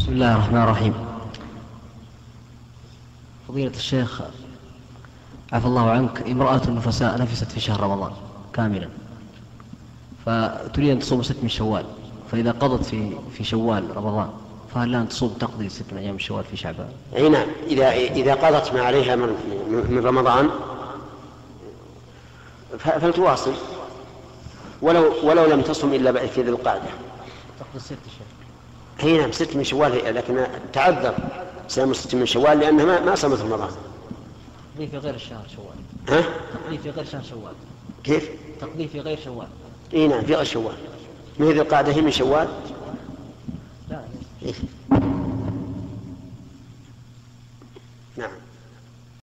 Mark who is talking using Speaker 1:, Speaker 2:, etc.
Speaker 1: بسم الله الرحمن الرحيم. فضيلة الشيخ عفى الله عنك، امرأة نفساء نفست في شهر رمضان كاملا، فتريد أن تصوم 6 من شوال، فإذا قضت في شوال رمضان فهل لها أن تصوم تقضي 6 من أيام شوال في شعبان؟
Speaker 2: أي نعم، إذا قضت ما عليها من رمضان فلتواصل ولو لم تصم إلا في ذي القعدة.
Speaker 1: تقضي 6 شهور.
Speaker 2: أي نعم 6 من شوال، لكن تعذر صيام 6 من شوال لأنها ما صامت رمضان.
Speaker 1: تقضي في غير الشهر شوال.
Speaker 2: ها؟
Speaker 1: تقضي في غير شهر شوال.
Speaker 2: كيف؟
Speaker 1: تقضي في غير شوال.
Speaker 2: اي نعم في غير شوال. ما هي ذي القعدة هي من شوال؟
Speaker 1: لا.
Speaker 2: إيه؟